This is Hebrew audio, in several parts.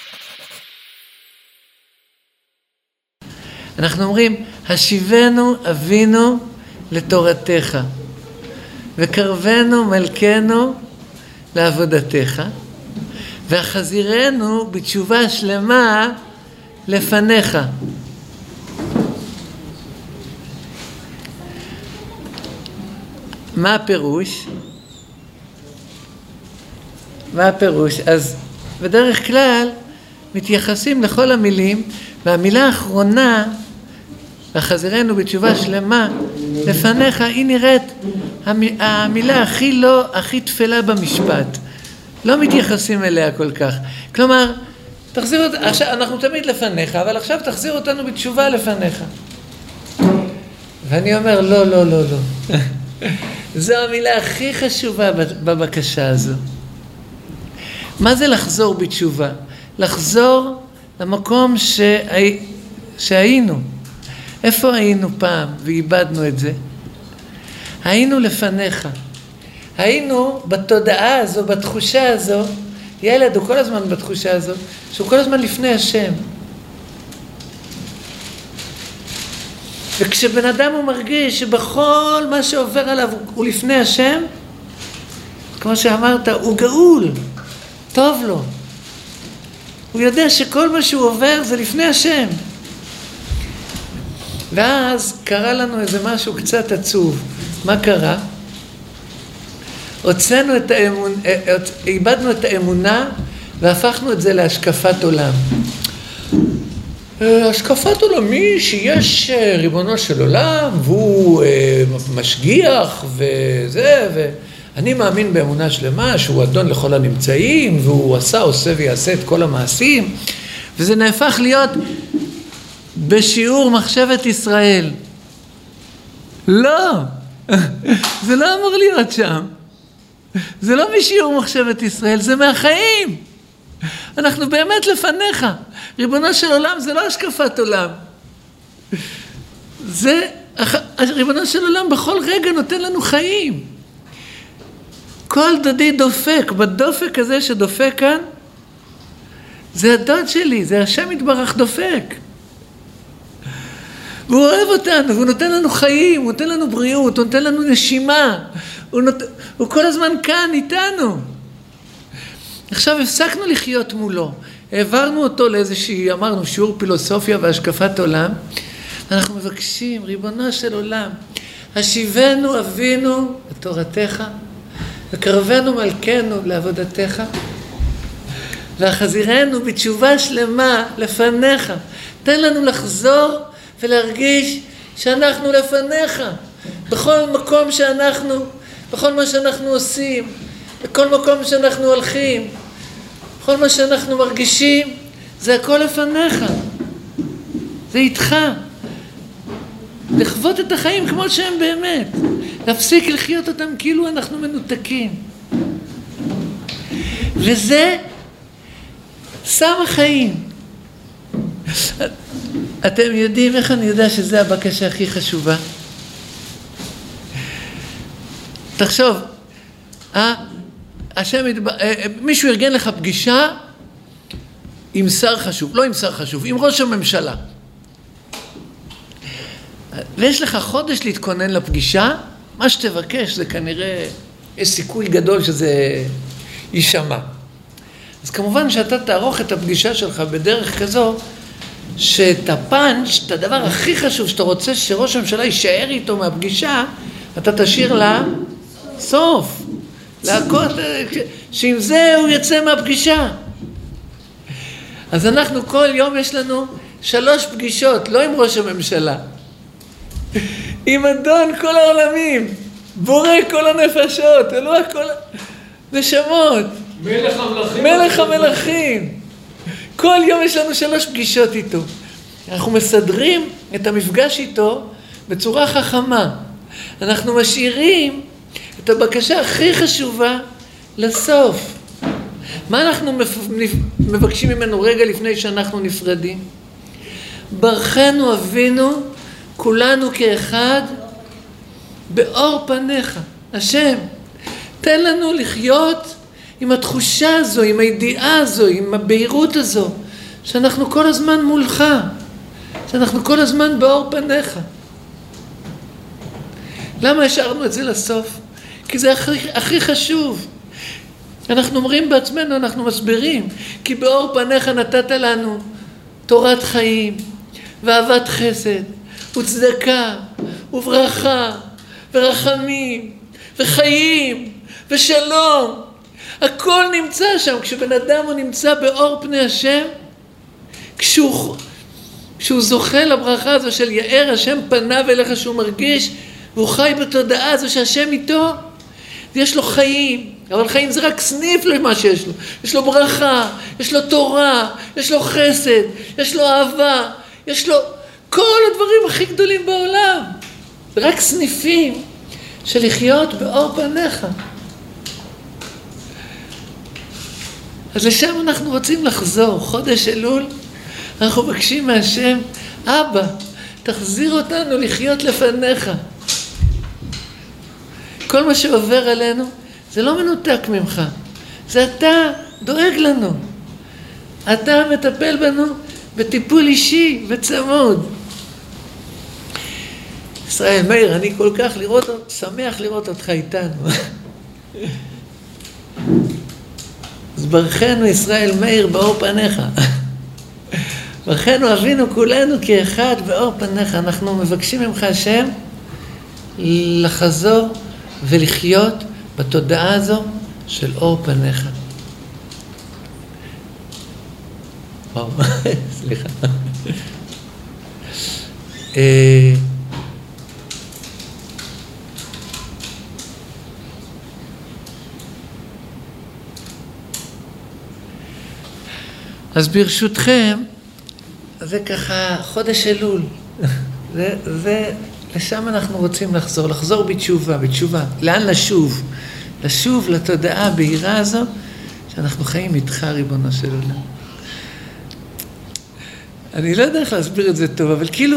אנחנו אומרים, השיבנו אבינו לתורתך, וקרבנו מלכנו לעבודתך, והחזירנו בתשובה שלמה לפניך. מה הפירוש? מה הפירוש? אז בדרך כלל מתייחסים לכל המילים, והמילה האחרונה, החזירנו בתשובה שלמה לפניך, היא נראית המילה הכי תפלה במשפט. לא מתייחסים אליה כל כך. כלומר, תחזיר אותנו, עכשיו אנחנו תמיד לפניך, אבל עכשיו תחזיר אותנו בתשובה לפניך. ואני אומר, לא, לא, לא, לא. זו המילה הכי חשובה בבקשה הזו. מה זה לחזור בתשובה? לחזור למקום שהיינו. איפה היינו פעם ואיבדנו את זה? היינו לפניך. היינו בתודעה הזו, בתחושה הזו, ילד הוא כל הזמן בתחושה הזו, שהוא כל הזמן לפני השם. וכשבן אדם הוא מרגיש שבכל מה שעובר עליו הוא לפני השם, כמו שאמרת, הוא גאול, טוב לו. הוא יודע שכל מה שהוא עובר זה לפני השם. ואז קרה לנו איזה משהו קצת עצוב. מה קרה? הוצאנו את איבדנו את האמונה והפכנו את זה להשקפת עולם. השקפת עולמי שיש ריבונו של עולם והוא משגיח וזה, ואני מאמין באמונה שלמה שהוא אדון לכל הנמצאים והוא עושה ויעשה את כל המעשים, וזה נהפך להיות בשיעור מחשבת ישראל. לא, זה לא אמור להיות שם. זה לא משיעור מחשבת ישראל, זה מהחיים. אנחנו באמת לפניך. ריבונו של עולם זה לא השקפת עולם. זה, ריבונו של עולם בכל רגע נותן לנו חיים. כל דודי דופק, בדופק הזה שדופק כאן, זה הדוד שלי, זה השם יתברך דופק. והוא אוהב אותנו, והוא נותן לנו חיים, הוא נותן לנו בריאות, הוא נותן לנו נשימה. הוא כל הזמן כאן איתנו. עכשיו הפסקנו לחיות מולו. העברנו אותו לאיזושהי, אמרנו, שיעור פילוסופיה והשקפת עולם. אנחנו מבקשים, ריבונו של עולם, השיבנו אבינו לתורתך, וקרבנו מלכנו לעבודתך, והחזירנו בתשובה שלמה לפניך. תן לנו לחזור ולהרגיש שאנחנו לפניך. בכל מקום שאנחנו, בכל מה שאנחנו עושים, בכל מקום שאנחנו הולכים, בכל מה שאנחנו מרגישים, זה הכל לפניך. זה איתך. לחוות את החיים כמו שהם באמת. להפסיק לחיות אותם כאילו אנחנו מנותקים. וזה סם החיים. אתם יודעים איך אני יודע שזה הבקשה הכי חשובה? תחשוב, מישהו ארגן לך פגישה עם שר חשוב, לא עם שר חשוב, עם ראש הממשלה. ויש לך חודש להתכונן לפגישה, מה שתבקש זה כנראה, יש סיכוי גדול שזה יישמע. אז כמובן שאתה תערוך את הפגישה שלך בדרך כזו, שאת הפאנץ', את הדבר הכי חשוב שאתה רוצה שראש הממשלה יישאר איתו מהפגישה, אתה תשאיר לה סוף. להכות, שעם זה הוא יצא מהפגישה. אז אנחנו כל יום יש לנו 3 פגישות, לא עם ראש הממשלה. עם אדון כל העולמים, בורא כל הנפשות, אלוה כל נשמות. מלך המלכים. מלך המלכים. כל יום יש לנו 3 פגישות איתו. אנחנו מסדרים את המפגש איתו בצורה חכמה. אנחנו משאירים את הבקשה הכי חשובה לסוף. מה אנחנו מבקשים ממנו רגע לפני שאנחנו נפרדים? ברכנו אבינו, כולנו כאחד, באור פניך. השם, תן לנו לחיות עם התחושה הזו, עם הידיעה הזו, עם הבהירות הזו, שאנחנו כל הזמן מולך, שאנחנו כל הזמן באור פניך. למה השארנו את זה לסוף? כי זה הכי חשוב. אנחנו אומרים בעצמנו, אנחנו מסבירים, כי באור פניך נתת לנו תורת חיים, ואהבת חסד, וצדקה, וברכה, ורחמים, וחיים, ושלום. הכל נמצא שם. כשבן אדם הוא נמצא באור פני השם, כשהוא זוכה לברכה הזו של יאר השם פניו אליך, שהוא מרגיש, והוא חי בתודעה הזו שהשם איתו, יש לו חיים. אבל חיים זה רק סניף למה שיש לו. יש לו ברכה, יש לו תורה, יש לו חסד, יש לו אהבה, יש לו כל הדברים הכי גדולים בעולם. זה רק סניפים של לחיות באור פניך. אז לשם אנחנו רוצים לחזור. חודש אלול, אנחנו מבקשים מהשם, אבא, תחזיר אותנו לחיות לפניך. כל מה שעובר עלינו, זה לא מנותק ממך. זה אתה דואג לנו. אתה מטפל בנו בטיפול אישי וצמוד. ישראל, מאיר, אני כל כך שמח לראות אותך איתנו. אז ברכנו ישראל מאיר באור פניך. ברכנו אבינו כולנו כאחד באור פניך. אנחנו מבקשים ממך השם לחזור ולחיות בתודעה הזו של אור פניך. וואו, סליחה. אז ברשותכם, זה ככה חודש אלול. זה לשם אנחנו רוצים לחזור בתשובה. לאן לשוב? לשוב לתודעה הבהירה הזו, שאנחנו חיים איתך, ריבונו של עולם. אני לא יודע איך להסביר את זה טוב, אבל כאילו,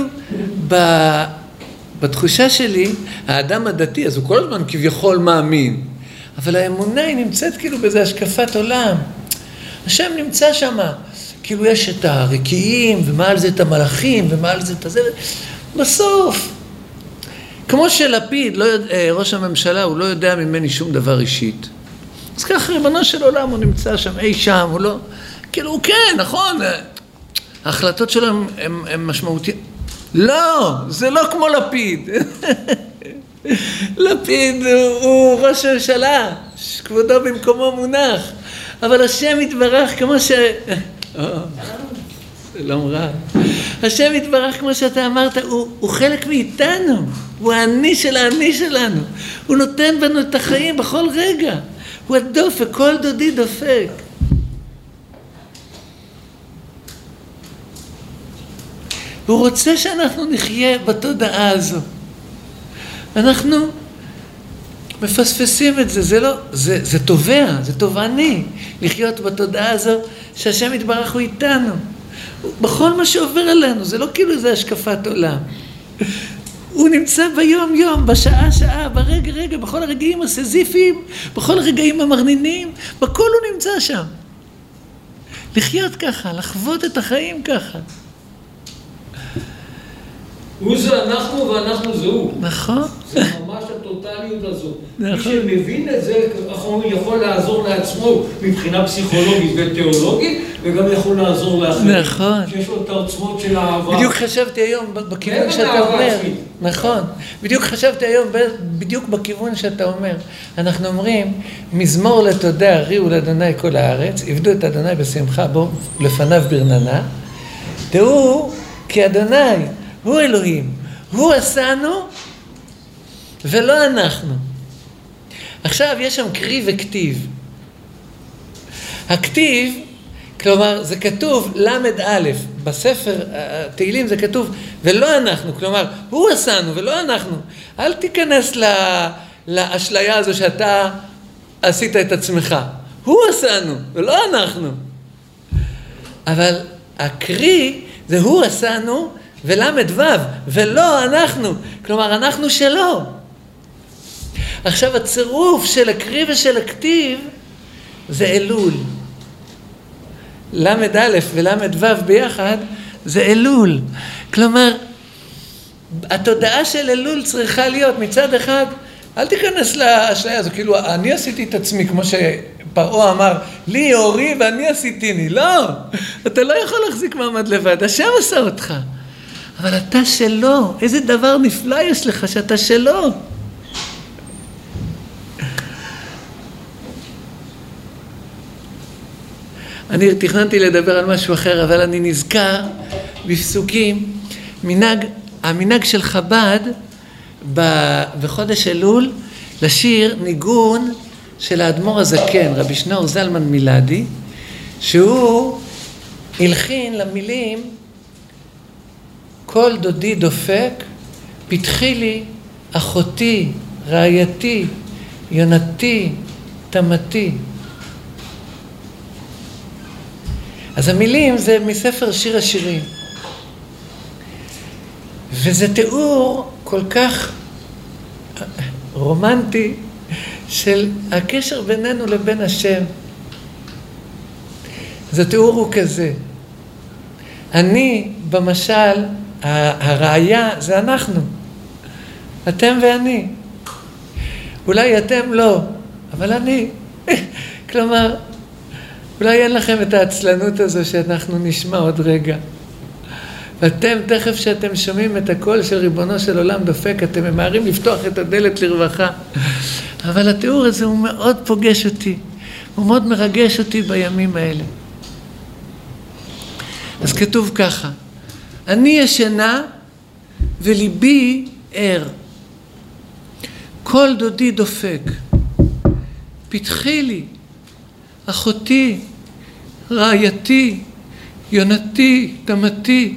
בתחושה שלי, האדם הדתי, אז הוא כל הזמן כביכול מאמין, אבל האמונה היא נמצאת כאילו באיזו השקפת עולם. השם נמצא שם, כאילו יש את הרקיעים, ומעל זה את המלאכים, ומעל זה את הזה, בסוף. כמו שלפיד, ראש הממשלה, הוא לא יודע ממני שום דבר אישית. אז ככה, ריבונו של עולם, הוא נמצא שם, אי שם, הוא לא... כאילו, הוא כן, נכון, ההחלטות שלו הן משמעותיות. לא, זה לא כמו לפיד. לפיד הוא ראש הממשלה, כבודו במקומו מונח. אבל השם יתברך כמו שלום רב. השם יתברך כמו שאתה אמרת, הוא חלק מאיתנו. הוא העני של העני שלנו. הוא נותן בנו את החיים בכל רגע. הוא הדופק, כל דודי דופק. והוא רוצה שאנחנו נחיה בתודעה הזו. אנחנו מפספסים את זה, זה לא, זה תובע, זה תובעני, לחיות בתודעה הזו שהשם יתברך הוא איתנו. בכל מה שעובר עלינו, זה לא כאילו זה השקפת עולם. הוא נמצא ביום יום, בשעה שעה, ברגע רגע, בכל הרגעים הסזיפיים, בכל הרגעים המרנינים, בכל הוא נמצא שם. לחיות ככה, לחוות את החיים ככה. הוא זה אנחנו ואנחנו זה הוא. נכון. זה ממש הטוטליות הזו. נכון. מי שמבין את זה, הוא יכול לעזור לעצמו מבחינה פסיכולוגית ותיאולוגית, וגם יכול לעזור לאחרים. נכון. שיש לו את העוצמות של האהבה. בדיוק חשבתי היום בכיוון שאתה אומר. נכון. בדיוק חשבתי היום בדיוק בכיוון שאתה אומר. אנחנו אומרים, מזמור לתודה, הריעו לאדוני כל הארץ, עבדו את אדוני בשמחה, בו לפניו ברננה. תראו, כי אדוני הוא אלוהים, הוא עשנו ולא אנחנו. עכשיו יש שם קריא וכתיב. הכתיב, כלומר זה כתוב למד א', בספר תהילים זה כתוב ולא אנחנו, כלומר הוא עשנו ולא אנחנו. אל תיכנס לאשליה הזו שאתה עשית את עצמך. הוא עשנו ולא אנחנו. אבל הקריא זה הוא עשנו ולמד ו' ולא אנחנו, כלומר אנחנו שלו. עכשיו הצירוף של הקריא ושל הכתיב זה אלול. למד א' ולמד ו' ביחד, זה אלול. כלומר, התודעה של אלול צריכה להיות מצד אחד, אל תיכנס לאשליה הזו, כאילו אני עשיתי את עצמי, כמו שפרעה אמר, לי אורי ואני עשיתיני. לא, אתה לא יכול להחזיק מעמד לבד, השם עשה אותך. אבל אתה שלו, איזה דבר נפלא יש לך שאתה שלו. אני תכננתי לדבר על משהו אחר, אבל אני נזכר בפסוקים, המנהג של חב"ד בחודש אלול, לשיר ניגון של האדמו"ר הזקן, רבי שניאור זלמן מילדי, שהוא הלחין למילים, כל דודי דופק, פתחי לי, אחותי, רעייתי, יונתי, תמתי. אז המילים זה מספר שיר השירים. וזה תיאור כל כך רומנטי של הקשר בינינו לבין השם. זה תיאור הוא כזה. אני, במשל, הראיה זה אנחנו. אתם ואני. אולי אתם לא, אבל אני. כלומר, אולי אין לכם את העצלנות הזו שאנחנו נשמע עוד רגע. ואתם, תכף שאתם שומעים את הקול של ריבונו של עולם דופק, אתם ממהרים לפתוח את הדלת לרווחה. אבל התיאור הזה הוא מאוד פוגש אותי, הוא מאוד מרגש אותי בימים האלה. אז כתוב ככה, אני ישנה וליבי ער, כל דודי דופק, פתחי לי, אחותי, רעייתי, יונתי, תמתי,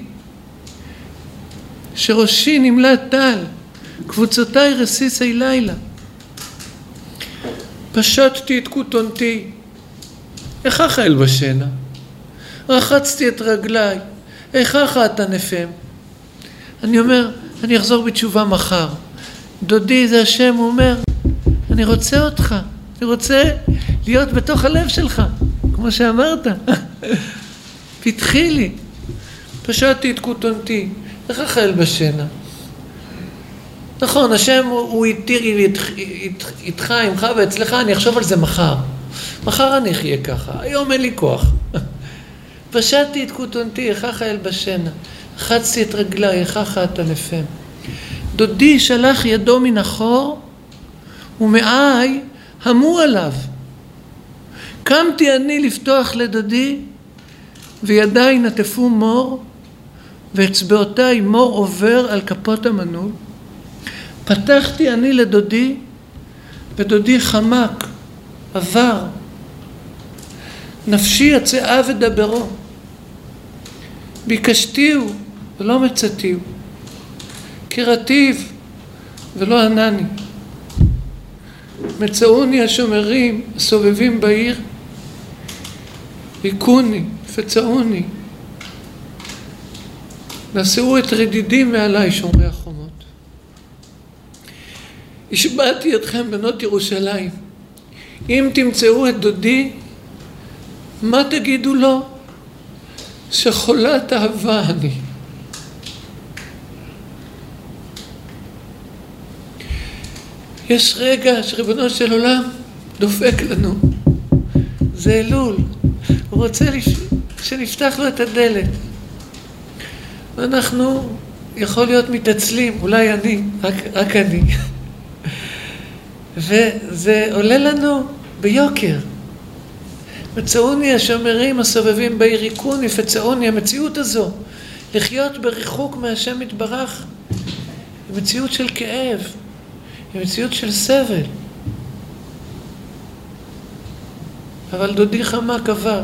שראשי נמלא טל, קבוצותיי רסיסי לילה. פשטתי את כותונתי, איכך אלבשנה, רחצתי את רגליי, איכך אטנפם. אני אומר, אני אחזור בתשובה מחר. דודי זה השם, הוא אומר, אני רוצה אותך, אני רוצה להיות בתוך הלב שלך, כמו שאמרת. פתחי לי, פשטתי את כותונתי, איך אלבשנה. נכון, השם הוא איתך, עמך ואצלך, אני אחשוב על זה מחר. מחר אני אחיה ככה, היום אין לי כוח. פשטתי את כותונתי, איך אלבשנה. רחצתי את רגליי, איך אטנפם. דודי שלח ידו מן החור, ומעי המו עליו. קמתי אני לפתוח לדודי, וידיי נטפו מור, ואצבעותיי מור עובר על כפות המנעול. פתחתי אני לדודי, ודודי חמק, עבר. נפשי יצאה ודברו. ביקשתיהו ולא מצאתיהו. קראתיו ולא ענני. מצאוני השומרים הסובבים בעיר, היכוני, פצעוני. נשאו את רדידים מעליי שומרי החומות. השבעתי אתכם בנות ירושלים, אם תמצאו את דודי, מה תגידו לו? שחולת אהבה אני. יש רגע שריבונו של עולם דופק לנו. זה אלול. הוא רוצה שנפתח לו את הדלת. ואנחנו יכול להיות מתעצלים, אולי אני, רק אני. וזה עולה לנו ביוקר. מצאוני השומרים הסובבים בעיר, היכוני, פצעוני, המציאות הזו, לחיות בריחוק מהשם יתברך, היא מציאות של כאב, היא מציאות של סבל. אבל דודי חמק עבר.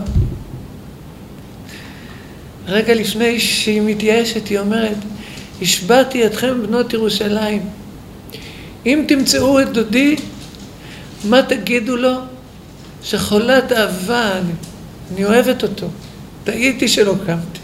רגע לפני שהיא מתייאשת, היא אומרת, השבעתי אתכם בנות ירושלים, אם תמצאו את דודי, מה תגידו לו? שחולת אהבה, אני אוהבת אותו. טעיתי שלא קמתי.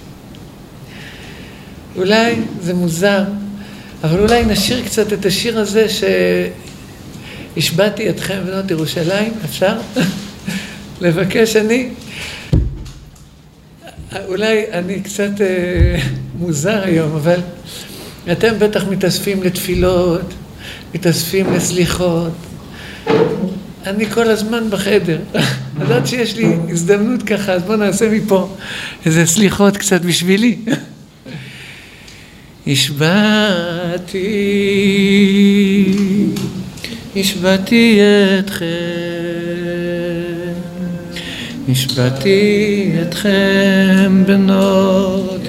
אולי זה מוזר, אבל אולי נשיר קצת את השיר הזה שהשבעתי אתכם בנות ירושלים, אפשר? לבקש אני? אולי אני קצת מוזר היום, אבל אתם בטח מתאספים לתפילות, מתאספים לסליחות. אני כל הזמן בחדר. יודעת שיש לי הזדמנות ככה, אז בוא נעשה מפה איזה סליחות קצת בשבילי. השבעתי אתכם, השבעתי אתכם בנות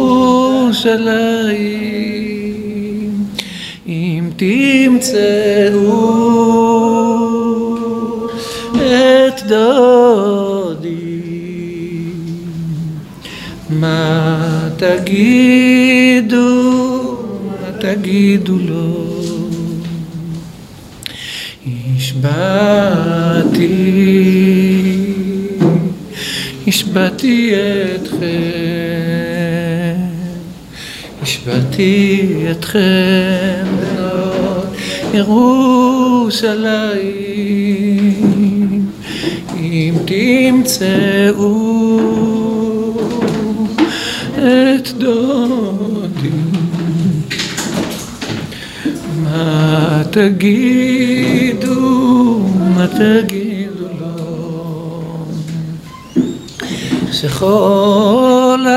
ירושלים, אם תמצאו את דודי, מה תגידו לו? השבעתי אתכם בנות ירושלים, אם תמצאו את דודי, מה תגידו לו? שחולת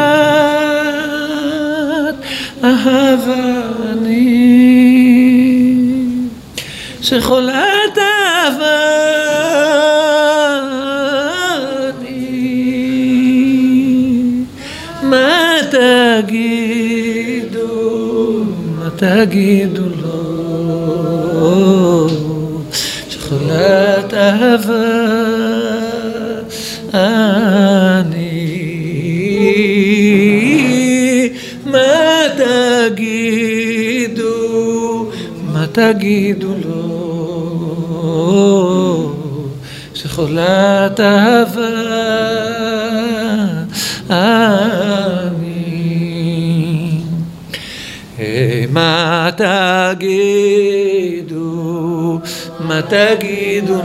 אהבה אני, שחולת אהבה אני, מה תגידו לו? שחולת אהבה אני, מה תגידו לו? שחולת אהבה אני, מה תגידו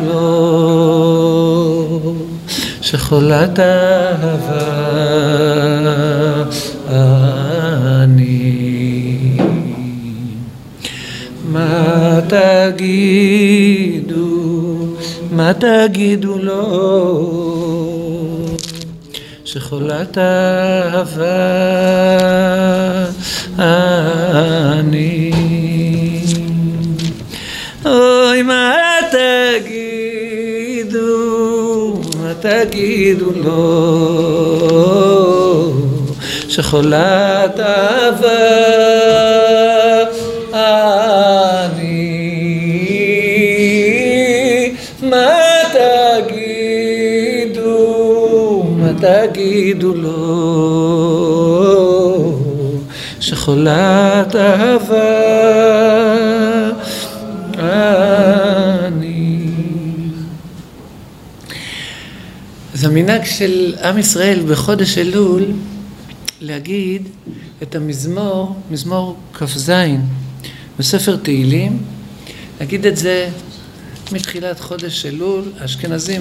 לו? שחולת אהבה אני, מה תגידו לו? שחולת אהבה אני, אוי מה תגידו לו? שחולת אהבה אני, מה תגידו לו? שחולת אהבה אני. אז המנהג של עם ישראל בחודש אלול להגיד את המזמור, מזמור כ"ז בספר תהילים, להגיד את זה מתחילת חודש אלול. האשכנזים,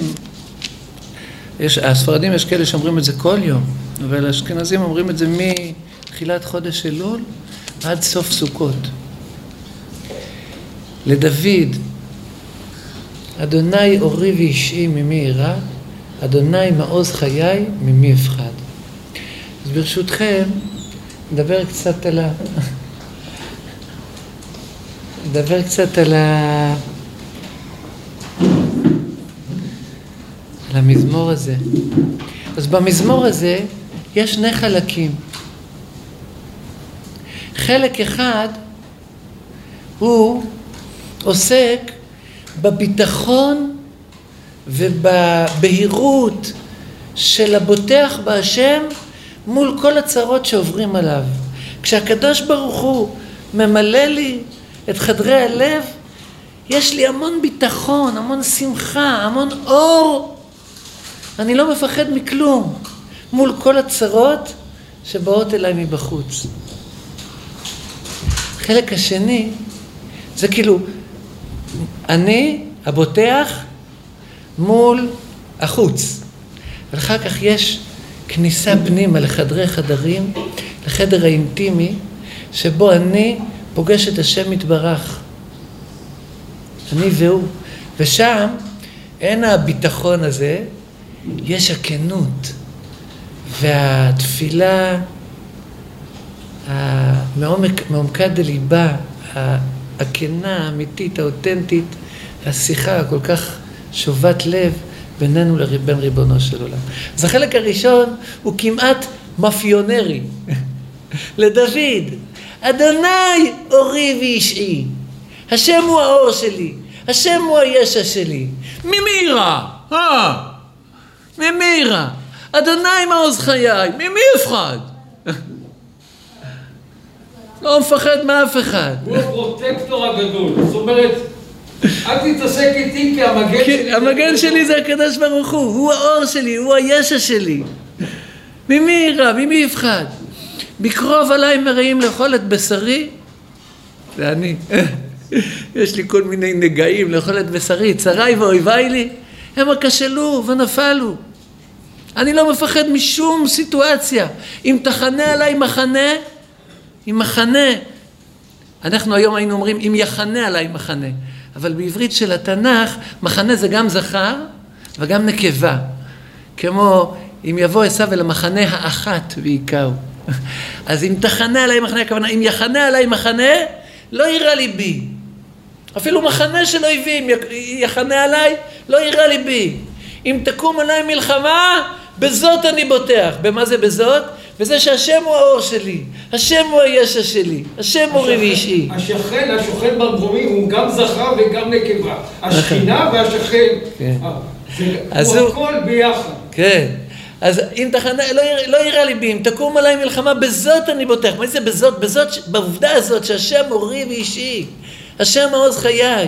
הספרדים יש כאלה שאומרים את זה כל יום, אבל האשכנזים אומרים את זה מתחילת חודש אלול עד סוף סוכות. לדוד, אדוני אורי ואישי ממי אירא, אדוני מעוז חיי ממי אפחד. אז ברשותכם נדבר קצת על המזמור הזה. אז במזמור הזה יש שני חלקים. חלק אחד הוא עוסק בביטחון ובבהירות של הבוטח בהשם מול כל הצרות שעוברים עליו. כשהקדוש ברוך הוא ממלא לי את חדרי הלב, יש לי המון ביטחון, המון שמחה, המון אור. אני לא מפחד מכלום מול כל הצרות שבאות אליי מבחוץ. החלק השני זה כאילו אני הבוטח מול החוץ, ואחר כך יש כניסה פנימה לחדרי חדרים, לחדר האינטימי, שבו אני פוגש את השם יתברך. אני והוא. ושם אין הביטחון הזה, יש הכנות. והתפילה מעומקה דליבה, הכנה, האמיתית, האותנטית, השיחה הכל כך שובת לב בינינו לבין ריבונו של עולם. אז החלק הראשון הוא כמעט מאפיונרי. לדוד, אדוני אורי וישעי, השם הוא האור שלי, השם הוא הישע שלי. ממי יירא? ממי יירא? אדוני מעוז חיי, ממי יפחד? לא מפחד מאף אחד. הוא הפרוטקטור הגדול, זאת אומרת, אל תתעסק איתי כי המגן שלי... המגן שלי זה הקדוש ברוך הוא האור שלי, הוא הישע שלי. ממי יירא? ממי יפחד? בקרוב עליי מרעים לאכול את בשרי, זה אני. יש לי כל מיני נגעים לאכול את בשרי, צריי ואויביי לי, הם הכשלו ונפלו. אני לא מפחד משום סיטואציה. אם תחנה עליי מחנה, אם מחנה, אנחנו היום היינו אומרים אם יחנה עליי מחנה, אבל בעברית של התנ"ך מחנה זה גם זכר וגם נקבה, כמו אם יבוא עשיו אל המחנה האחת ויקראו. אז אם תחנה עליי מחנה, הכוונה אם יחנה עליי מחנה, לא יירא ליבי. אפילו מחנה של אויבים יחנה עליי, לא יירא ליבי. אם תקום עליי מלחמה, בזאת אני בוטח. במה זה בזאת? וזה שהשם הוא האור שלי, השם הוא הישע שלי, השם הוא אורי וישעי. השכן במרומים הוא גם זכר וגם נקבה. השכינה והשכן. הוא הכל ביחד. כן. אז אם תחנה, לא יירא ליבי, אם תקום עליי מלחמה, בזאת אני בוטח. מה זה בזאת? בזאת, בעובדה הזאת שהשם אורי וישעי, השם מעוז חיי.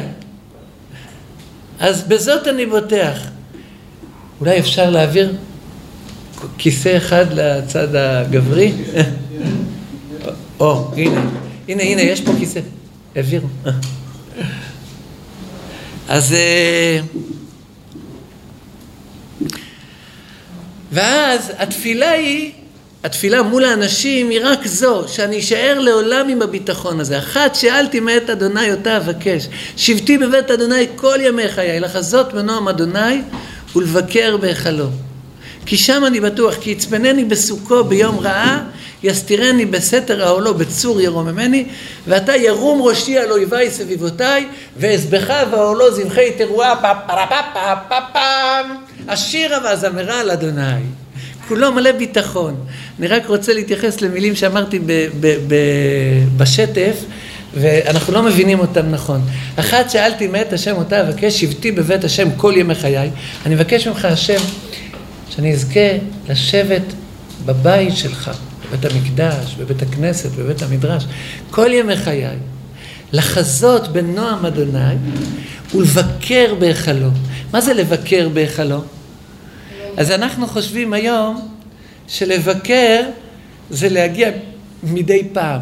אז בזאת אני בוטח. אולי אפשר להעביר כיסא אחד לצד הגברי? הנה, יש פה כיסא. העבירו. אז... ואז התפילה מול האנשים היא רק זו, שאני אשאר לעולם עם הביטחון הזה. אחת שאלתי מאת אדוני אותה אבקש, שבתי בבית אדוני כל ימי חיי, לחזות בנועם אדוני ולבקר בהיכלו. כי שם אני בטוח, כי יצפנני בסוכו ביום רעה, יסתירני בסתר העולו בצור ירוממני, ואתה ירום ראשי על אויביי סביבותיי, ואסבך והעולו זבחי תרועה, השירה והזמרה על אדוני. כולו מלא ביטחון. אני רק רוצה להתייחס למילים שאמרתי בשטף, ואנחנו לא מבינים אותם נכון. אחת שאלתי מאת השם אותה אבקש, שבתי בבית השם כל ימי חיי. אני מבקש ממך השם, שאני אזכה לשבת בבית שלך, בבית המקדש, בבית הכנסת, בבית המדרש, כל ימי חיי, לחזות בנועם אדוני ולבקר בהיכלו. מה זה לבקר בהיכלו? אז אנחנו חושבים היום שלבקר זה להגיע מדי פעם.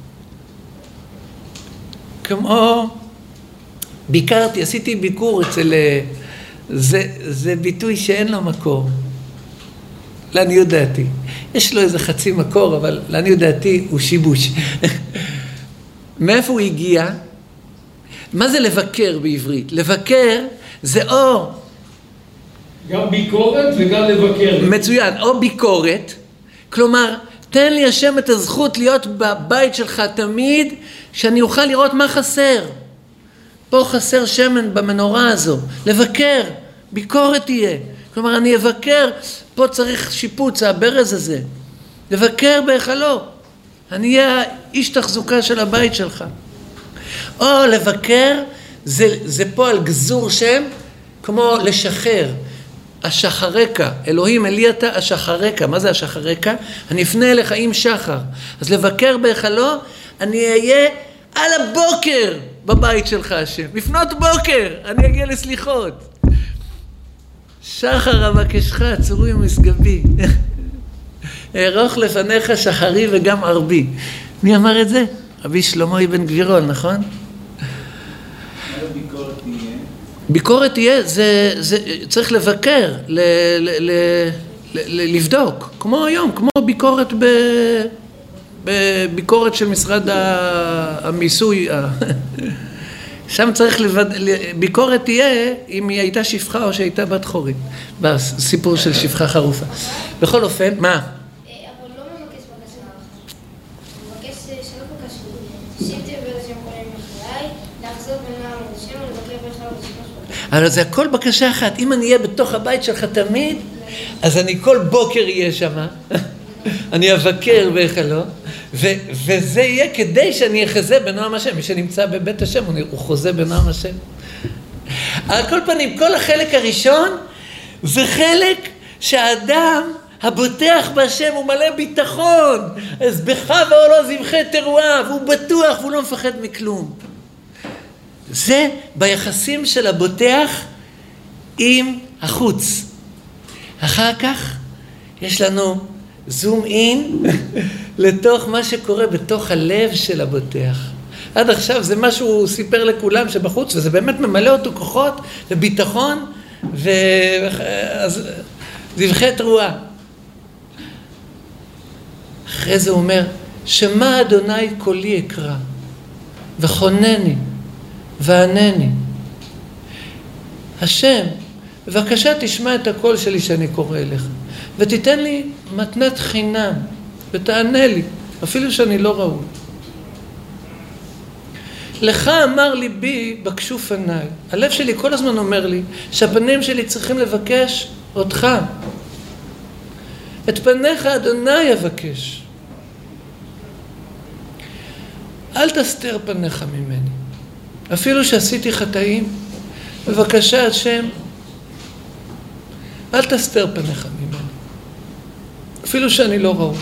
כמו ביקרתי, עשיתי ביקור אצל... זה ביטוי שאין לו מקור. לעניות דעתי. יש לו איזה חצי מקור, אבל לעניות דעתי הוא שיבוש. מאיפה הוא הגיע? מה זה לבקר בעברית? לבקר זה או... גם ביקורת וגם לבקר. מצוין, או ביקורת. כלומר, תן לי השם את הזכות להיות בבית שלך תמיד, שאני אוכל לראות מה חסר. פה חסר שמן במנורה הזו. לבקר, ביקורת תהיה. כלומר, אני אבקר, פה צריך שיפוץ, הברז הזה. לבקר בהיכלו. אני אהיה איש תחזוקה של הבית שלך. או לבקר, זה פה על גזור שם, כמו לשחרר. השחרקה, אלוהים אלי אתה השחרקה. מה זה השחרקה? אני אפנה אליך עם שחר. אז לבקר בהיכלו, אני אהיה על הבוקר בבית שלך השם. לפנות בוקר, אני אגיע לסליחות. שחר אבקשך, צורי ומשגבי. ארוך לפניך שחרי וגם ערבי. מי אמר את זה? רבי שלמה אבן גבירול, נכון? ביקורת תהיה? ביקורת תהיה, זה צריך לבקר, לבדוק, כמו היום, כמו ביקורת של משרד המיסוי. שם צריך ביקורת תהיה אם היא הייתה שפחה או שהייתה בת חורית, בסיפור של שפחה חרופה. בכל אופן, מה? אבל לא מבקש בקשה, מבקש שלא בקשה, שיבתי ובשם קוראים אחריי, לחזור בנועם לשם ולבקר בכלל בשם. אבל זה הכל בקשה אחת. אם אני אהיה בתוך הבית שלך תמיד, אז אני כל בוקר אהיה שם, אני אבקר בהיכלו, וזה יהיה כדי שאני אחזה בנועם השם. מי שנמצא בבית השם הוא חוזה בנועם השם. על כל פנים, כל החלק הראשון זה חלק שהאדם הבוטח בהשם הוא מלא ביטחון. אז בך ועולו זבחי תרועה, והוא בטוח והוא לא מפחד מכלום. זה ביחסים של הבוטח עם החוץ. אחר כך יש לנו זום אין לתוך מה שקורה בתוך הלב של הבוטח. עד עכשיו זה מה שהוא סיפר לכולם שבחוץ, וזה באמת ממלא אותו כוחות וביטחון זבחי תרועה. אחרי זה הוא אומר, שמה אדוני קולי אקרא וחונני וענני. השם, בבקשה תשמע את הקול שלי שאני קורא אליך, ותיתן לי מתנת חינם, ותענה לי, אפילו שאני לא ראוי. לך אמר ליבי, בקשו פניי. הלב שלי כל הזמן אומר לי, שהפנים שלי צריכים לבקש אותך. את פניך אדוני אבקש. אל תסתר פניך ממני. אפילו שעשיתי חטאים, בבקשה השם, אל תסתר פניך ממני. אפילו שאני לא ראוי.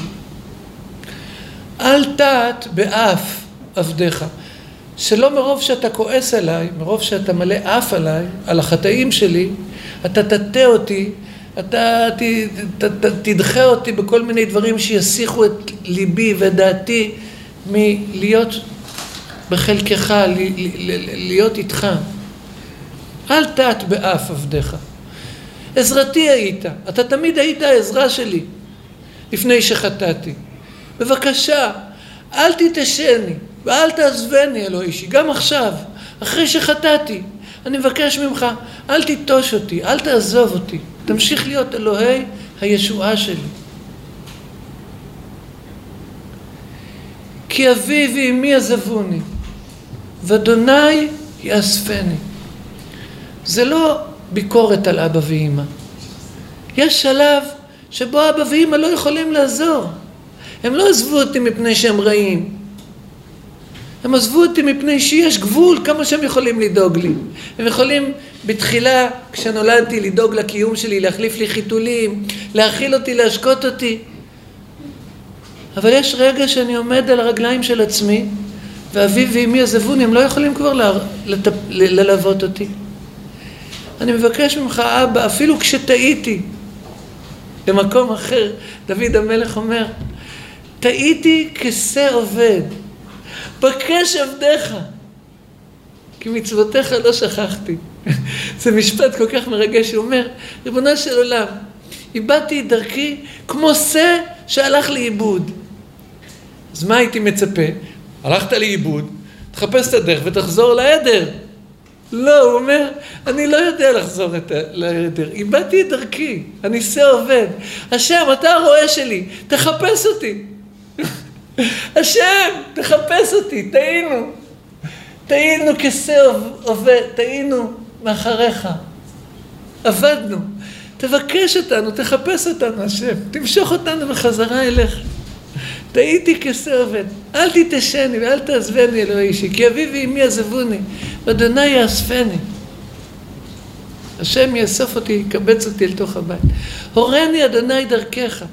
אל תעת באף עבדיך. שלא מרוב שאתה כועס עליי, מרוב שאתה מלא אף עליי, על החטאים שלי, אתה תטה אותי, אתה תדחה אותי בכל מיני דברים שיסיחו את ליבי ודעתי מלהיות בחלקך, להיות איתך. אל תעת באף עבדיך. עזרתי היית, אתה תמיד היית העזרה שלי לפני שחטאתי. בבקשה, אל תתשני ואל תעזבני אלוהי אישי, גם עכשיו, אחרי שחטאתי, אני מבקש ממך, אל תיטוש אותי, אל תעזוב אותי, תמשיך להיות אלוהי הישועה שלי. כי אבי ואמי עזבוני, ואדוני יאספני. זה לא ביקורת על אבא ואמא. יש שלב שבו אבא ואמא לא יכולים לעזור. הם לא עזבו אותי מפני שהם רעים. הם עזבו אותי מפני שיש גבול כמה שהם יכולים לדאוג לי. הם יכולים בתחילה, כשנולדתי, לדאוג לקיום שלי, להחליף לי חיתולים, להאכיל אותי, להשקות אותי. אבל יש רגע שאני עומד על הרגליים של עצמי, ואבי ואמי עזבוני, הם לא יכולים כבר ללוות אותי. אני מבקש ממך, אבא, אפילו כשטעיתי, במקום אחר, דוד המלך אומר, טעיתי כשה עובד, בקש עבדיך, כי מצוותיך לא שכחתי. זה משפט כל כך מרגש, הוא אומר, ריבונו של עולם, איבדתי את דרכי כמו שה שהלך לאיבוד. אז מה הייתי מצפה? הלכת לאיבוד, תחפש את הדרך ותחזור לעדר. לא, הוא אומר, אני לא יודע לחזור לעדר, איבדתי את דרכי, אני שה עובד. השם, אתה הרועה שלי, תחפש אותי. השם, תחפש אותי, טעינו כשה עובד, טעינו מאחריך, עבדנו. תבקש אותנו, תחפש אותנו, השם, תמשוך אותנו בחזרה אליך. טעיתי כשה עובד, אל תתשני ואל תעזבני אלוהי אישי, כי אבי ואמי עזבוני, ואדוני יאספני. השם יאסוף אותי, יקבץ אותי אל תוך הבית. הורני אדוני דרכך.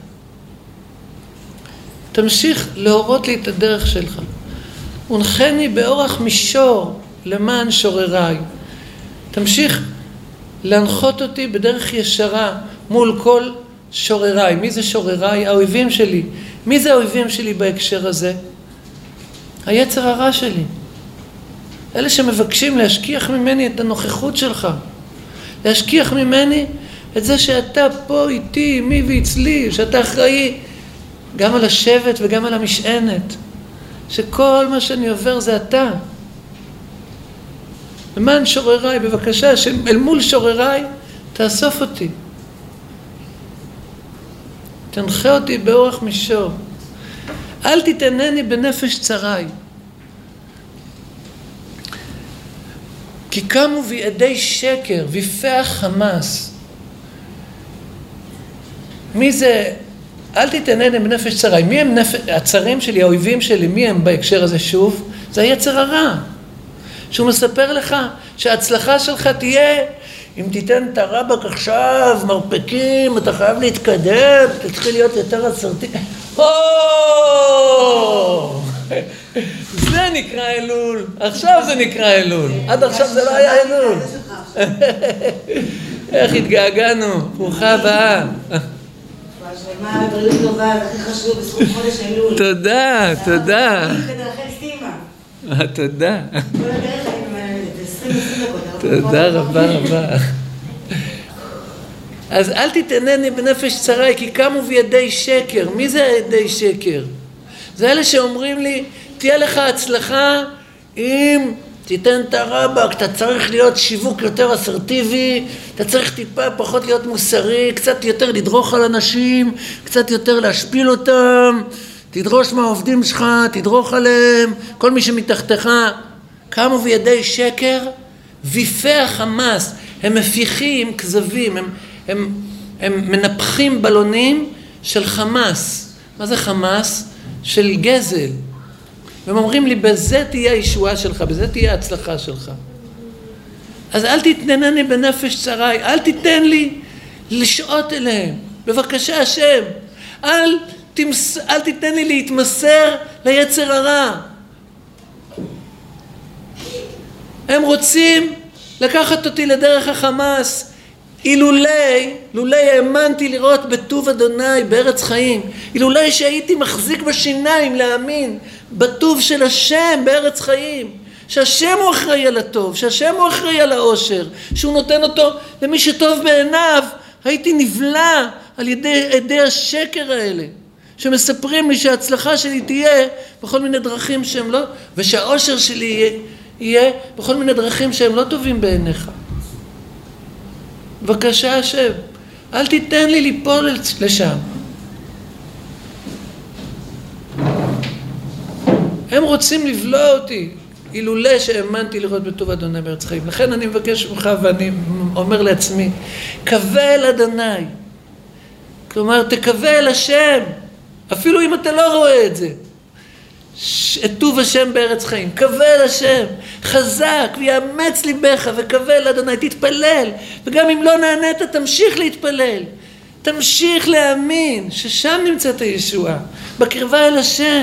תמשיך להורות לי את הדרך שלך. הונחני באורח מישור למען שורריי. תמשיך להנחות אותי בדרך ישרה מול כל שורריי. מי זה שורריי? האויבים שלי. מי זה האויבים שלי בהקשר הזה? היצר הרע שלי. אלה שמבקשים להשכיח ממני את הנוכחות שלך. להשכיח ממני את זה שאתה פה איתי, עמי ואצלי, שאתה אחראי גם על השבט וגם על המשענת, שכל מה שאני עובר זה אתה. למען שורריי, בבקשה, אל מול שורריי, תאסוף אותי. תנחה אותי באורח מישור. אל תתענני בנפש צרי. כי קמו ויעדי שקר, ויפח חמאס. מי זה? אל תתענני בנפש צרי. מי הם הצרים שלי, האויבים שלי? מי הם בהקשר הזה שוב? זה היצר הרע. שהוא מספר לך שההצלחה שלך תהיה, אם תיתן את הרבק עכשיו, מרפקים, אתה חייב להתקדם, תתחיל להיות יותר אסרטיבי. זה נקרא אלול, עכשיו זה נקרא אלול, עד עכשיו זה לא היה אלול. איך התגעגענו, ברוכה הבאה. מה הבריאות טובה, זה הכי חשוב בזכות חודש אלול. תודה, תודה. תודה. תודה רבה רבה. אז אל תתענני בנפש צרי, כי קמו וידי שקר. מי זה ידי שקר? זה אלה שאומרים לי, תהיה לך הצלחה אם תיתן את הרבק, אתה צריך להיות שיווק יותר אסרטיבי, אתה צריך טיפה פחות להיות מוסרי, קצת יותר לדרוך על אנשים, קצת יותר להשפיל אותם, תדרוש מהעובדים שלך, תדרוך עליהם, כל מי שמתחתך. קמו וידי שקר, ויפח חמאס, הם מפיחים כזבים, הם מנפחים בלונים של חמאס. מה זה חמאס? של גזל. והם אומרים לי, בזה תהיה הישועה שלך, בזה תהיה ההצלחה שלך. אז אל תתננני בנפש צרי, אל תיתן לי לשעות אליהם. בבקשה השם, אל תיתן לי להתמסר ליצר הרע. הם רוצים לקחת אותי לדרך החמאס. אילולי האמנתי לראות בטוב אדוני בארץ חיים, אילולי שהייתי מחזיק בשיניים להאמין בטוב של השם בארץ חיים, שהשם הוא אחראי על הטוב, שהשם הוא אחראי על העושר, שהוא נותן אותו למי שטוב בעיניו, הייתי נבלע על ידי השקר האלה, שמספרים לי שההצלחה שלי תהיה בכל מיני דרכים שהם לא, ושהעושר שלי יהיה בכל מיני דרכים שהם לא טובים בעיניך. בבקשה השם, אל תיתן לי ליפול לשם. הם רוצים לבלוע אותי, אילולא שהאמנתי לראות בטוב אדוני בארץ חיים. לכן אני מבקש ממך ואני אומר לעצמי, קווה אל אדוני. כלומר, תקווה אל השם, אפילו אם אתה לא רואה את זה. את טוב השם בארץ חיים, קווה אל השם, חזק ויאמץ ליבך וקווה אל אדוני, תתפלל, וגם אם לא נענית תמשיך להתפלל, תמשיך להאמין ששם נמצאת הישועה, בקרבה אל השם,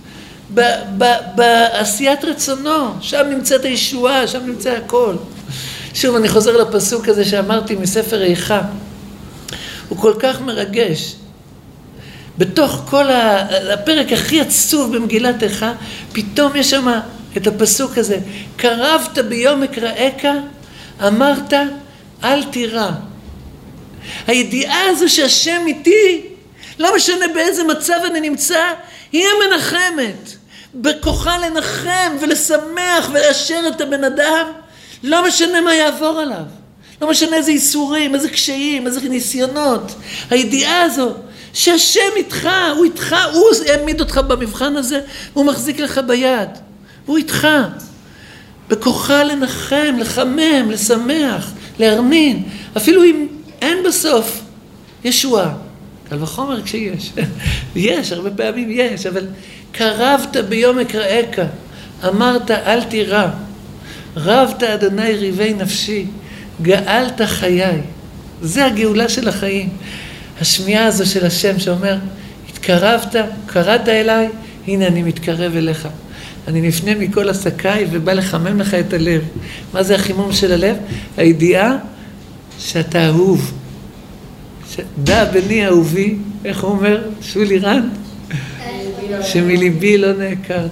בעשיית רצונו, שם נמצאת הישועה, שם נמצא הכל. שוב אני חוזר לפסוק הזה שאמרתי מספר איכה, הוא כל כך מרגש. בתוך כל הפרק הכי עצוב במגילת איכה, פתאום יש שם את הפסוק הזה, קרבת ביום אקראך, אמרת אל תירא. הידיעה הזו שהשם איתי, לא משנה באיזה מצב אני נמצא, היא המנחמת. בכוחה לנחם ולשמח ולאשר את הבן אדם, לא משנה מה יעבור עליו. לא משנה איזה איסורים, איזה קשיים, איזה ניסיונות. הידיעה הזו שהשם איתך, הוא איתך, הוא העמיד אותך במבחן הזה, הוא מחזיק לך ביד, הוא איתך. בכוחה לנחם, לחמם, לשמח, להרנין, אפילו אם אין בסוף ישועה. קל וחומר כשיש, יש, הרבה פעמים יש, אבל קרבת ביום אקראך, אמרת אל תירא, רבת אדוני ריבי נפשי, גאלת חיי. זה הגאולה של החיים. השמיעה הזו של השם שאומר, התקרבת, קראת אליי, הנה אני מתקרב אליך. אני נפנה מכל עסקיי ובא לחמם לך את הלב. מה זה החימום של הלב? הידיעה שאתה אהוב. דע בני אהובי, איך הוא אומר? שולי רן? שמליבי לא נעקרת.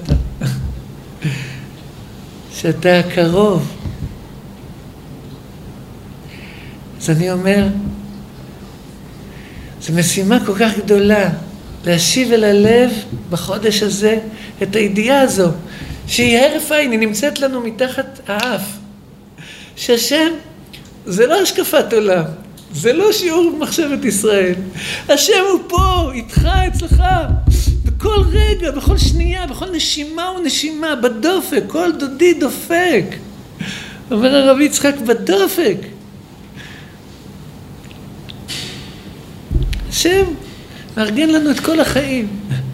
שאתה קרוב. אז אני אומר, זו משימה כל כך גדולה, להשיב אל הלב בחודש הזה את הידיעה הזו, שהיא הרף עין, היא נמצאת לנו מתחת האף. שהשם זה לא השקפת עולם, זה לא שיעור מחשבת ישראל. השם הוא פה, איתך, אצלך, בכל רגע, בכל שנייה, בכל נשימה ונשימה, בדופק, כל דודי דופק. אומר הרב יצחק, בדופק. השם מארגן לנו את כל החיים.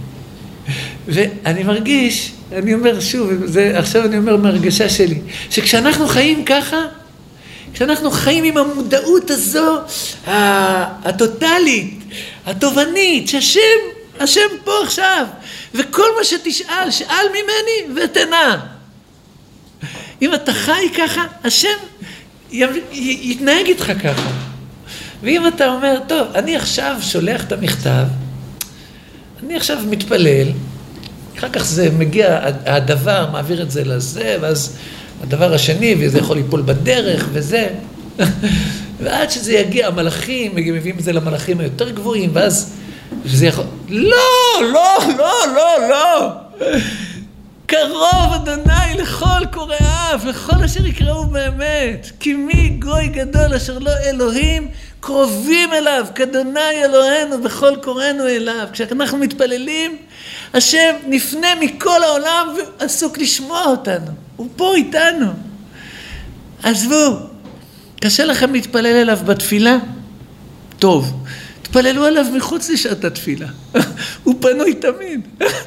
ואני מרגיש, אני אומר שוב, עכשיו אני אומר מהרגשה שלי, שכשאנחנו חיים ככה, כשאנחנו חיים עם המודעות הזו, הטוטלית, התובנית, שהשם פה עכשיו, וכל מה שתשאל, שאל ממני ותנה. אם אתה חי ככה, השם יתנהג איתך ככה. ואם אתה אומר, טוב, אני עכשיו שולח את המכתב, אני עכשיו מתפלל, אחר כך זה מגיע, הדבר מעביר את זה לזה, ואז הדבר השני, וזה יכול ליפול בדרך, וזה. ועד שזה יגיע, המלאכים, מביאים את זה למלאכים היותר גבוהים, ואז שזה יכול... לא, לא, לא, לא, לא. קרוב אדוני לכל קוראיו, לכל אשר יקראו באמת. כי מי גוי גדול אשר לא אלוהים, קרובים אליו, כאדוני אלוהינו בכל קוראינו אליו. כשאנחנו מתפללים, השם נפנה מכל העולם ועסוק לשמוע אותנו. הוא פה איתנו. עזבו, קשה לכם להתפלל אליו בתפילה? טוב, תפללו עליו מחוץ לשעת התפילה. הוא פנוי תמיד.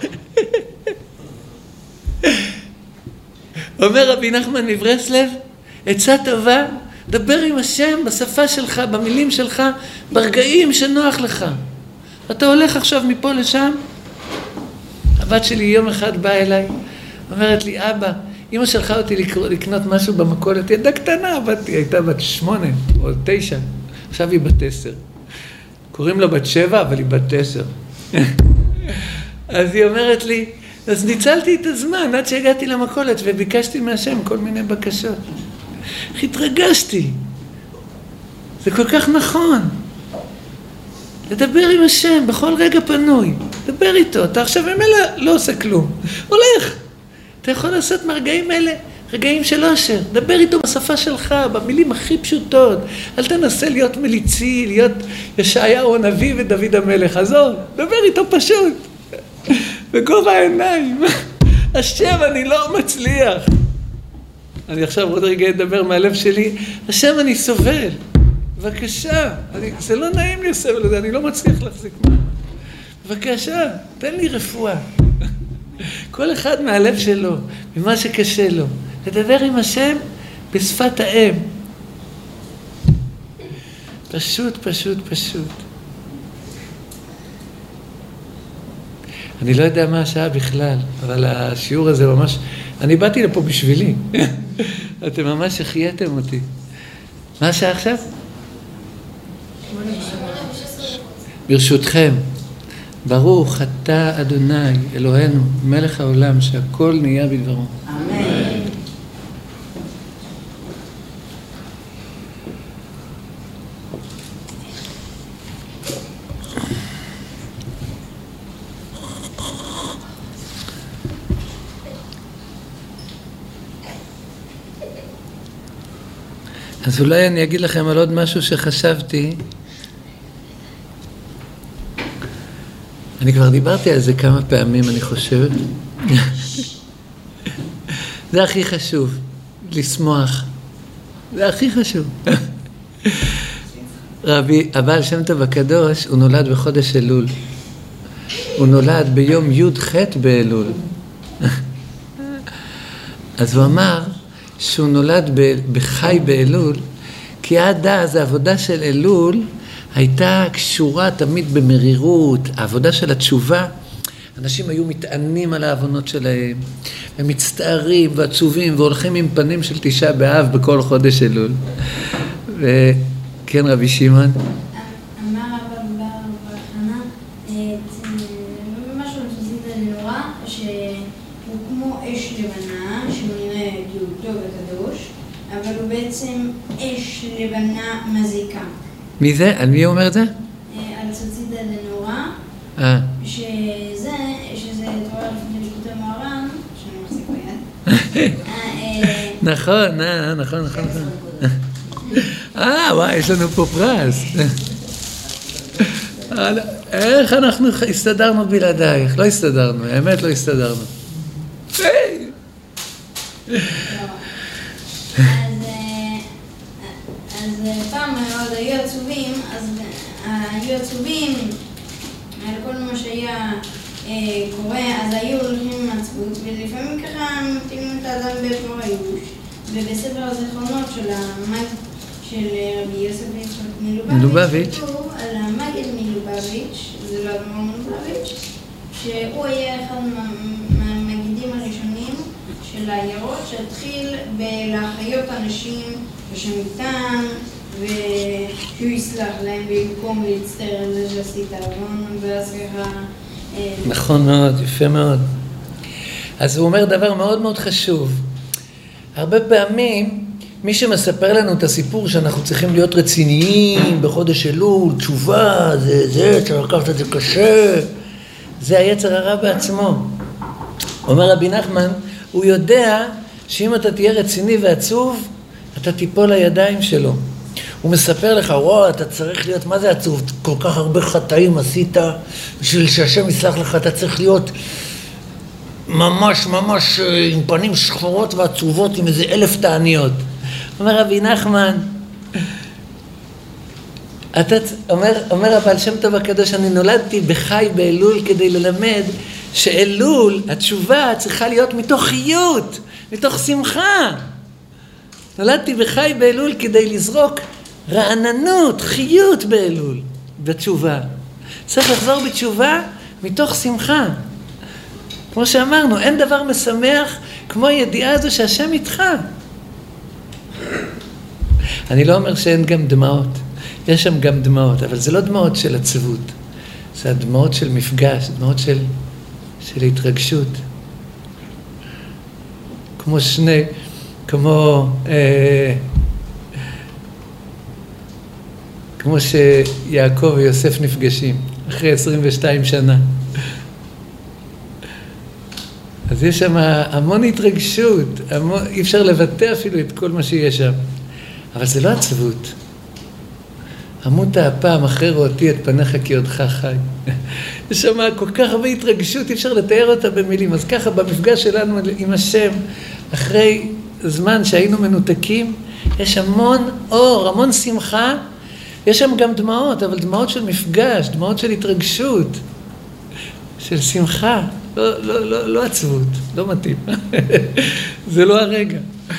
אומר רבי נחמן מברסלב, עצה טובה, דבר עם השם בשפה שלך, במילים שלך, ברגעים שנוח לך. אתה הולך עכשיו מפה לשם? הבת שלי יום אחד באה אליי, אומרת לי, אבא, אמא שלחה אותי לקנות משהו במכולת, ילדה קטנה, היא הייתה בת 8 או 9, עכשיו היא בת 10. קוראים לה בת 7, אבל היא בת 10. אז היא אומרת לי, אז ניצלתי את הזמן עד שהגעתי למכולת וביקשתי מהשם כל מיני בקשות. איך התרגשתי. זה כל כך נכון. לדבר עם השם בכל רגע פנוי. דבר איתו. אתה עכשיו ממילא לא עושה כלום. הולך. אתה יכול לעשות מהרגעים האלה רגעים של אושר. דבר איתו בשפה שלך, במילים הכי פשוטות. אל תנסה להיות מליצי, להיות ישעיהו הנביא ודוד המלך. עזוב, דבר איתו פשוט. בגובה העיניים. השם, אני לא מצליח. אני עכשיו עוד רגע אדבר מהלב שלי. השם, אני סובל. בבקשה. זה לא נעים לי הסבל הזה, אני לא מצליח להחזיק מה. בבקשה, תן לי רפואה. כל אחד מהלב שלו, ממה שקשה לו. לדבר עם השם בשפת האם. פשוט, פשוט, פשוט. אני לא יודע מה השעה בכלל, אבל השיעור הזה ממש... אני באתי לפה בשבילי. אתם ממש החייתם אותי. מה השעה עכשיו? ברשותכם, ברוך אתה אדוני אלוהינו, מלך העולם, שהכל נהיה בדברו. אמן. אז אולי אני אגיד לכם על עוד משהו שחשבתי. אני כבר דיברתי על זה כמה פעמים, אני חושב. זה הכי חשוב, לשמוח. זה הכי חשוב. רבי הבעל שם טוב הקדוש, הוא נולד בחודש אלול. הוא נולד ביום י"ח באלול. אז הוא אמר שהוא נולד בחי באלול, כי עד אז העבודה של אלול הייתה קשורה תמיד במרירות, העבודה של התשובה. אנשים היו מתענים על העוונות שלהם, הם מצטערים ועצובים והולכים עם פנים של תשעה באב בכל חודש אלול. וכן רבי שמעון. אמר הרב בר חנה, משהו מפסיד לנורא, שהוא כמו אש לבנה, שהוא נראה כאילו טוב וקדוש, אבל הוא בעצם אש לבנה מזיקה. מי זה? על מי אומר את זה? על ציצית שזה תורה לפני ליקוטי מוהר"ן, שאני מחזיק ביד. נכון. וואי, יש לנו פה פרס. איך אנחנו הסתדרנו בלעדייך? לא הסתדרנו, האמת לא הסתדרנו. אז פעם מאוד היו עצובים, על כל מה שהיה קורה, אז היו הולכים עם עצבות, ולפעמים ככה מתאימים את האדם באזור הייאוש. ובספר הזיכרונות של רבי יוסף יצחק מלובביץ' כתוב על המגד מלובביץ', זה לא אדמו"ר מלובביץ', שהוא היה אחד מהמגידים הראשונים של העיירות שהתחיל בלהחיות אנשים בשם איתם, ושהוא יסלח להם במקום להצטער על זה שעשית עוון, ואז ככה... נכון מאוד, יפה מאוד. אז הוא אומר דבר מאוד מאוד חשוב. הרבה פעמים מי שמספר לנו את הסיפור שאנחנו צריכים להיות רציניים בחודש אלול, תשובה, צריך לקחת את זה קשה, זה היצר הרע בעצמו. אומר רבי נחמן, הוא יודע שאם אתה תהיה רציני ועצוב, אתה תיפול לידיים שלו. הוא מספר לך, וואו, אתה צריך להיות, מה זה עצוב? כל כך הרבה חטאים עשית, בשביל שהשם יסלח לך, אתה צריך להיות ממש עם פנים שחורות ועצובות, עם איזה 1000 תעניות. אומר רבי נחמן, אומר הבעל שם טוב הקדוש, אני נולדתי בחי באלול כדי ללמד שאלול, התשובה צריכה להיות מתוך חיות, מתוך שמחה. נולדתי בחי באלול כדי לזרוק רעננות, חיות באלול, בתשובה. צריך לחזור בתשובה מתוך שמחה. כמו שאמרנו, אין דבר משמח כמו הידיעה הזו שהשם איתך. אני לא אומר שאין גם דמעות, יש שם גם דמעות, אבל זה לא דמעות של עצבות, זה הדמעות של מפגש, דמעות של התרגשות. כמו שיעקב ויוסף נפגשים אחרי 22 שנה. אז יש שם המון התרגשות, אי אפשר לבטא אפילו את כל מה שיש שם. אבל זה לא עצבות. עמוד הפעם אחרי ראותי את פניך כי עודך חי. יש שם כל כך הרבה התרגשות, אי אפשר לתאר אותה במילים. אז ככה במפגש שלנו עם השם, אחרי זמן שהיינו מנותקים, יש המון אור, המון שמחה. יש שם גם דמעות, אבל דמעות של מפגש, דמעות של התרגשות, של שמחה. לא עצבות, לא מתאים. זה לא הרגע.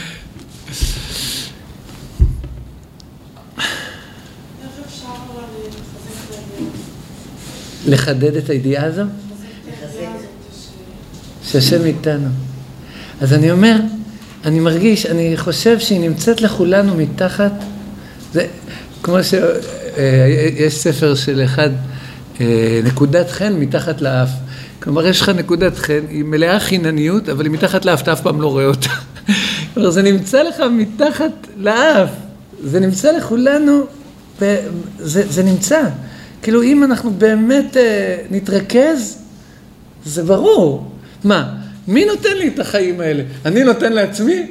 לחדד את הידיעה הזו? שהשם איתנו. אז אני אומר, אני מרגיש, אני חושב שהיא נמצאת לכולנו מתחת, זה כמו שיש ספר של אחד, נקודת חן מתחת לאף. כלומר, יש לך נקודת חן, היא מלאה חינניות, אבל היא מתחת לאף, אתה אף פעם לא רואה אותה. כלומר, זה נמצא לך מתחת לאף, זה נמצא לכולנו, זה נמצא. כאילו, אם אנחנו באמת נתרכז, זה ברור. מה? מי נותן לי את החיים האלה? אני נותן לעצמי?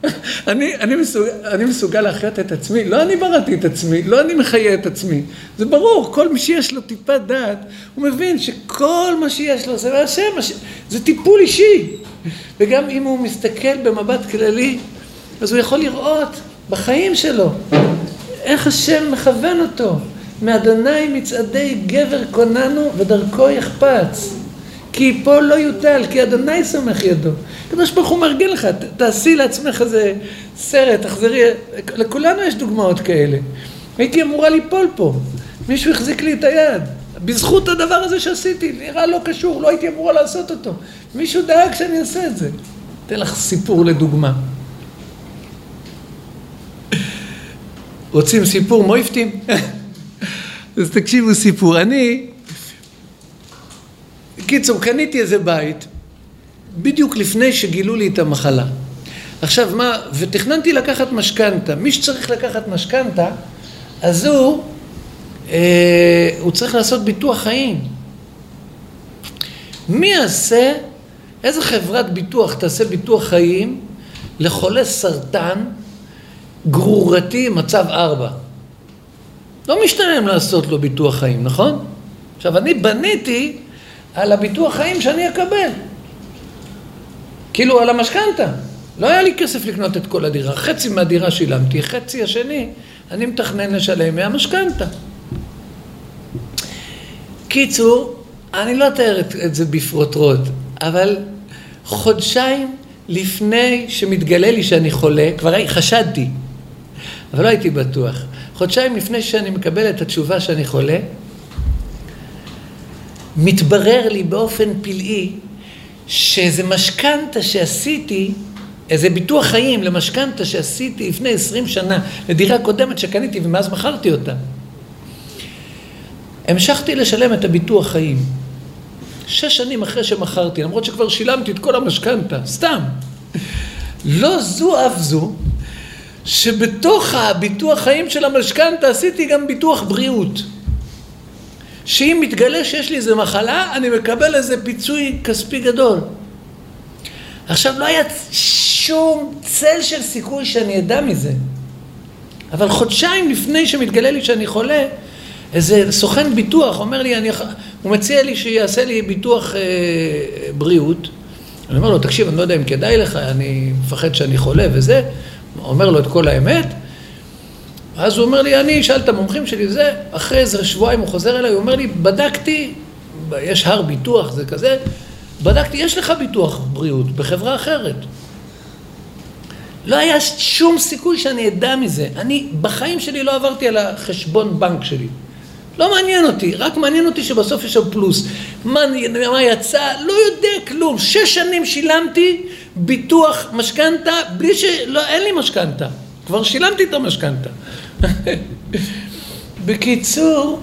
אני מסוגל להחיות את עצמי? לא אני בראתי את עצמי, לא אני מחיה את עצמי. זה ברור, כל מי שיש לו טיפת דעת, הוא מבין שכל מה שיש לו זה השם, זה טיפול אישי. וגם אם הוא מסתכל במבט כללי, אז הוא יכול לראות בחיים שלו איך השם מכוון אותו. מאדוני מצעדי גבר קוננו ודרכו יחפץ. כי פה לא יוטל, כי אדוני סומך ידו. הקדוש ברוך הוא מארגן לך, תעשי לעצמך איזה סרט, תחזרי, לכולנו יש דוגמאות כאלה. הייתי אמורה ליפול פה, מישהו החזיק לי את היד, בזכות הדבר הזה שעשיתי, נראה לא קשור, לא הייתי אמורה לעשות אותו. מישהו דאג שאני אעשה את זה. אתן לך סיפור לדוגמה. רוצים סיפור מויפטים? אז תקשיבו סיפור, קיצור, קניתי איזה בית, בדיוק לפני שגילו לי את המחלה. עכשיו מה, ותכננתי לקחת משכנתה. מי שצריך לקחת משכנתה, אז הוא צריך לעשות ביטוח חיים. מי יעשה, איזה חברת ביטוח תעשה ביטוח חיים לחולה סרטן גרורתי מצב 4? לא משתלם לעשות לו ביטוח חיים, נכון? עכשיו, אני בניתי על הביטוח חיים שאני אקבל. כאילו על המשכנתה. לא היה לי כסף לקנות את כל הדירה. חצי מהדירה שילמתי, חצי השני אני מתכנן לשלם מהמשכנתה. קיצור, אני לא אתאר את זה בפרוטרוט, אבל חודשיים לפני שמתגלה לי שאני חולה, כבר חשדתי, אבל לא הייתי בטוח. חודשיים לפני שאני מקבל את התשובה שאני חולה, מתברר לי באופן פלאי שאיזה משכנתה שעשיתי, איזה ביטוח חיים למשכנתה שעשיתי לפני 20 שנה לדירה קודמת שקניתי ומאז מכרתי אותה. המשכתי לשלם את הביטוח חיים 6 שנים אחרי שמכרתי, למרות שכבר שילמתי את כל המשכנתה, סתם. לא זו אף זו, שבתוך הביטוח חיים של המשכנתה עשיתי גם ביטוח בריאות. שאם מתגלה שיש לי איזה מחלה, אני מקבל איזה פיצוי כספי גדול. עכשיו, לא היה שום צל של סיכוי שאני אדע מזה. אבל חודשיים לפני שמתגלה לי שאני חולה, איזה סוכן ביטוח אומר לי, הוא מציע לי שיעשה לי ביטוח בריאות. אני אומר לו, תקשיב, אני לא יודע אם כדאי לך, אני מפחד שאני חולה וזה. אומר לו את כל האמת. אז הוא אומר לי, אני אשאל את המומחים שלי, זה, אחרי איזה שבועיים הוא חוזר אליי, הוא אומר לי, בדקתי, יש הר ביטוח, זה כזה, בדקתי, יש לך ביטוח בריאות בחברה אחרת. לא היה שום סיכוי שאני אדע מזה. אני בחיים שלי לא עברתי על החשבון בנק שלי. לא מעניין אותי, רק מעניין אותי שבסוף יש שם פלוס. מה יצא? לא יודע כלום. 6 שנים שילמתי ביטוח משכנתה, בלי לא, אין לי משכנתה. כבר שילמתי את המשכנתה. בקיצור,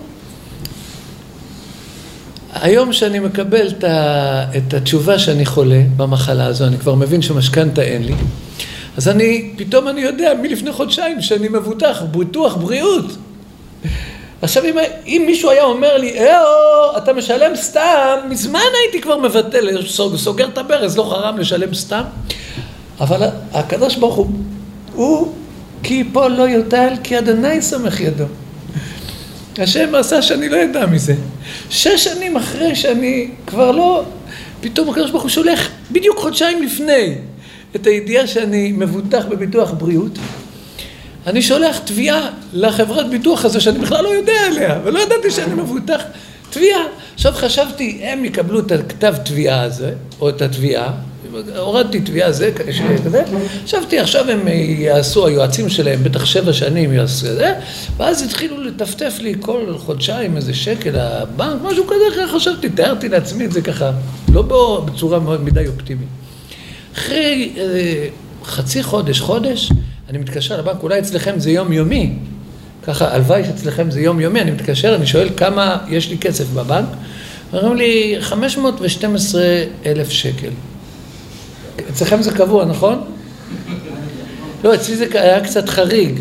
היום שאני מקבל את התשובה שאני חולה במחלה הזו, אני כבר מבין שמשכנתה אין לי, אז פתאום אני יודע מלפני חודשיים שאני מבוטח ביטוח בריאות. עכשיו אם מישהו היה אומר לי, אתה משלם סתם, מזמן הייתי כבר מבטל, סוגר את הברז, לא חרם לשלם סתם. אבל הקדוש ברוך הוא כי פה לא יוטל, כי אדוני סומך ידו. השם עשה שאני לא ידע מזה. 6 שנים אחרי שאני כבר לא, פתאום הקדוש ברוך הוא שולח בדיוק חודשיים לפני את הידיעה שאני מבוטח בביטוח בריאות. אני שולח תביעה לחברת ביטוח הזו שאני בכלל לא יודע עליה, ולא ידעתי שאני מבוטח. תביעה. עכשיו חשבתי, הם יקבלו את הכתב תביעה הזה, או את התביעה, הורדתי תביעה זה, כזה, חשבתי עכשיו הם יעשו, היועצים שלהם, בטח 7 שנים יעשו את זה, ואז התחילו לטפטף לי כל חודשיים איזה שקל הבנק, משהו כזה, חשבתי, תיארתי לעצמי את זה ככה, לא בצורה מאוד מדי אופטימית. אחרי חצי חודש, אני מתקשר לבנק, אולי אצלכם זה יום יומי, ככה, הלוואי שאצלכם זה יום יומי, אני מתקשר, אני שואל כמה יש לי כסף בבנק, אומרים לי 512,000 שקל. אצלכם זה קבוע, נכון? לא, אצלי זה היה קצת חריג.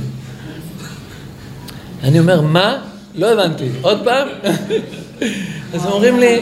אני אומר, מה? לא הבנתי. עוד פעם? אז אומרים לי,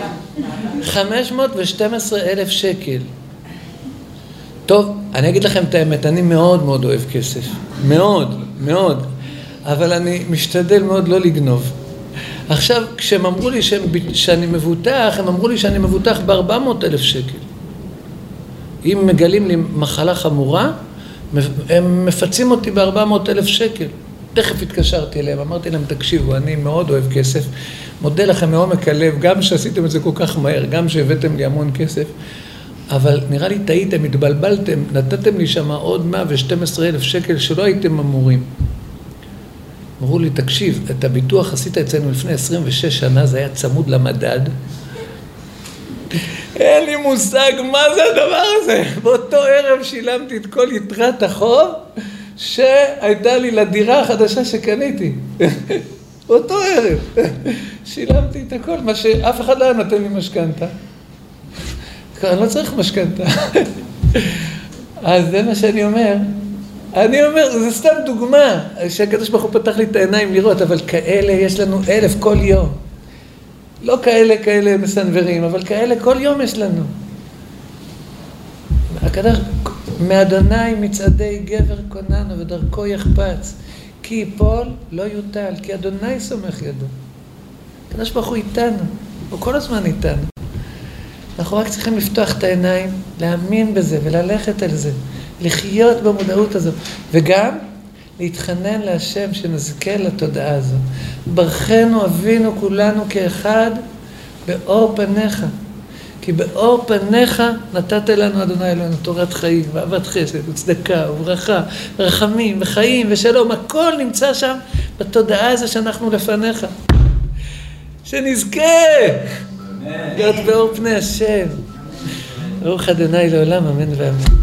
512,000 שקל. טוב, אני אגיד לכם את האמת, אני מאוד מאוד אוהב כסף. מאוד, מאוד. אבל אני משתדל מאוד לא לגנוב. עכשיו, כשהם אמרו לי שאני מבוטח, הם אמרו לי שאני מבוטח ב400,000 שקל. אם מגלים לי מחלה חמורה, הם מפצים אותי ב400,000 שקל. תכף התקשרתי אליהם, אמרתי להם, תקשיבו, אני מאוד אוהב כסף, מודה לכם מעומק הלב, גם שעשיתם את זה כל כך מהר, גם שהבאתם לי המון כסף, אבל נראה לי טעיתם, התבלבלתם, נתתם לי שם עוד 112,000 שקל שלא הייתם אמורים. אמרו לי, תקשיב, את הביטוח עשית אצלנו לפני 26 שנה, זה היה צמוד למדד, אין לי מושג מה זה הדבר הזה. באותו ערב שילמתי את כל יתרת החוב שהייתה לי לדירה החדשה שקניתי. באותו ערב שילמתי את הכל, מה שאף אחד לא נותן לי משכנתה. אני לא צריך משכנתה. אז זה מה שאני אומר. אני אומר, זה סתם דוגמה שהקדוש ברוך הוא פתח לי את העיניים לראות, אבל כאלה יש לנו 1,000 כל יום. לא כאלה מסנברים, אבל כאלה כל יום יש לנו. הקדוש, מאדוני מצעדי גבר קוננו ודרכו יחפץ, כי יפול לא יוטל, כי אדוני סומך ידו. הקדוש ברוך הוא איתנו, הוא כל הזמן איתנו. אנחנו רק צריכים לפתוח את העיניים, להאמין בזה וללכת על זה, לחיות במודעות הזו, וגם להתחנן להשם שנזכה לתודעה הזו. ברכנו אבינו כולנו כאחד באור פניך, כי באור פניך נתת לנו אדוני אלוהינו תורת חיים ואהבת חסד וצדקה וברכה ורחמים וחיים ושלום, הכל נמצא שם בתודעה הזו שאנחנו לפניך. שנזכה להיות באור פני השם. ברוך אדוני לעולם, אמן ואמן.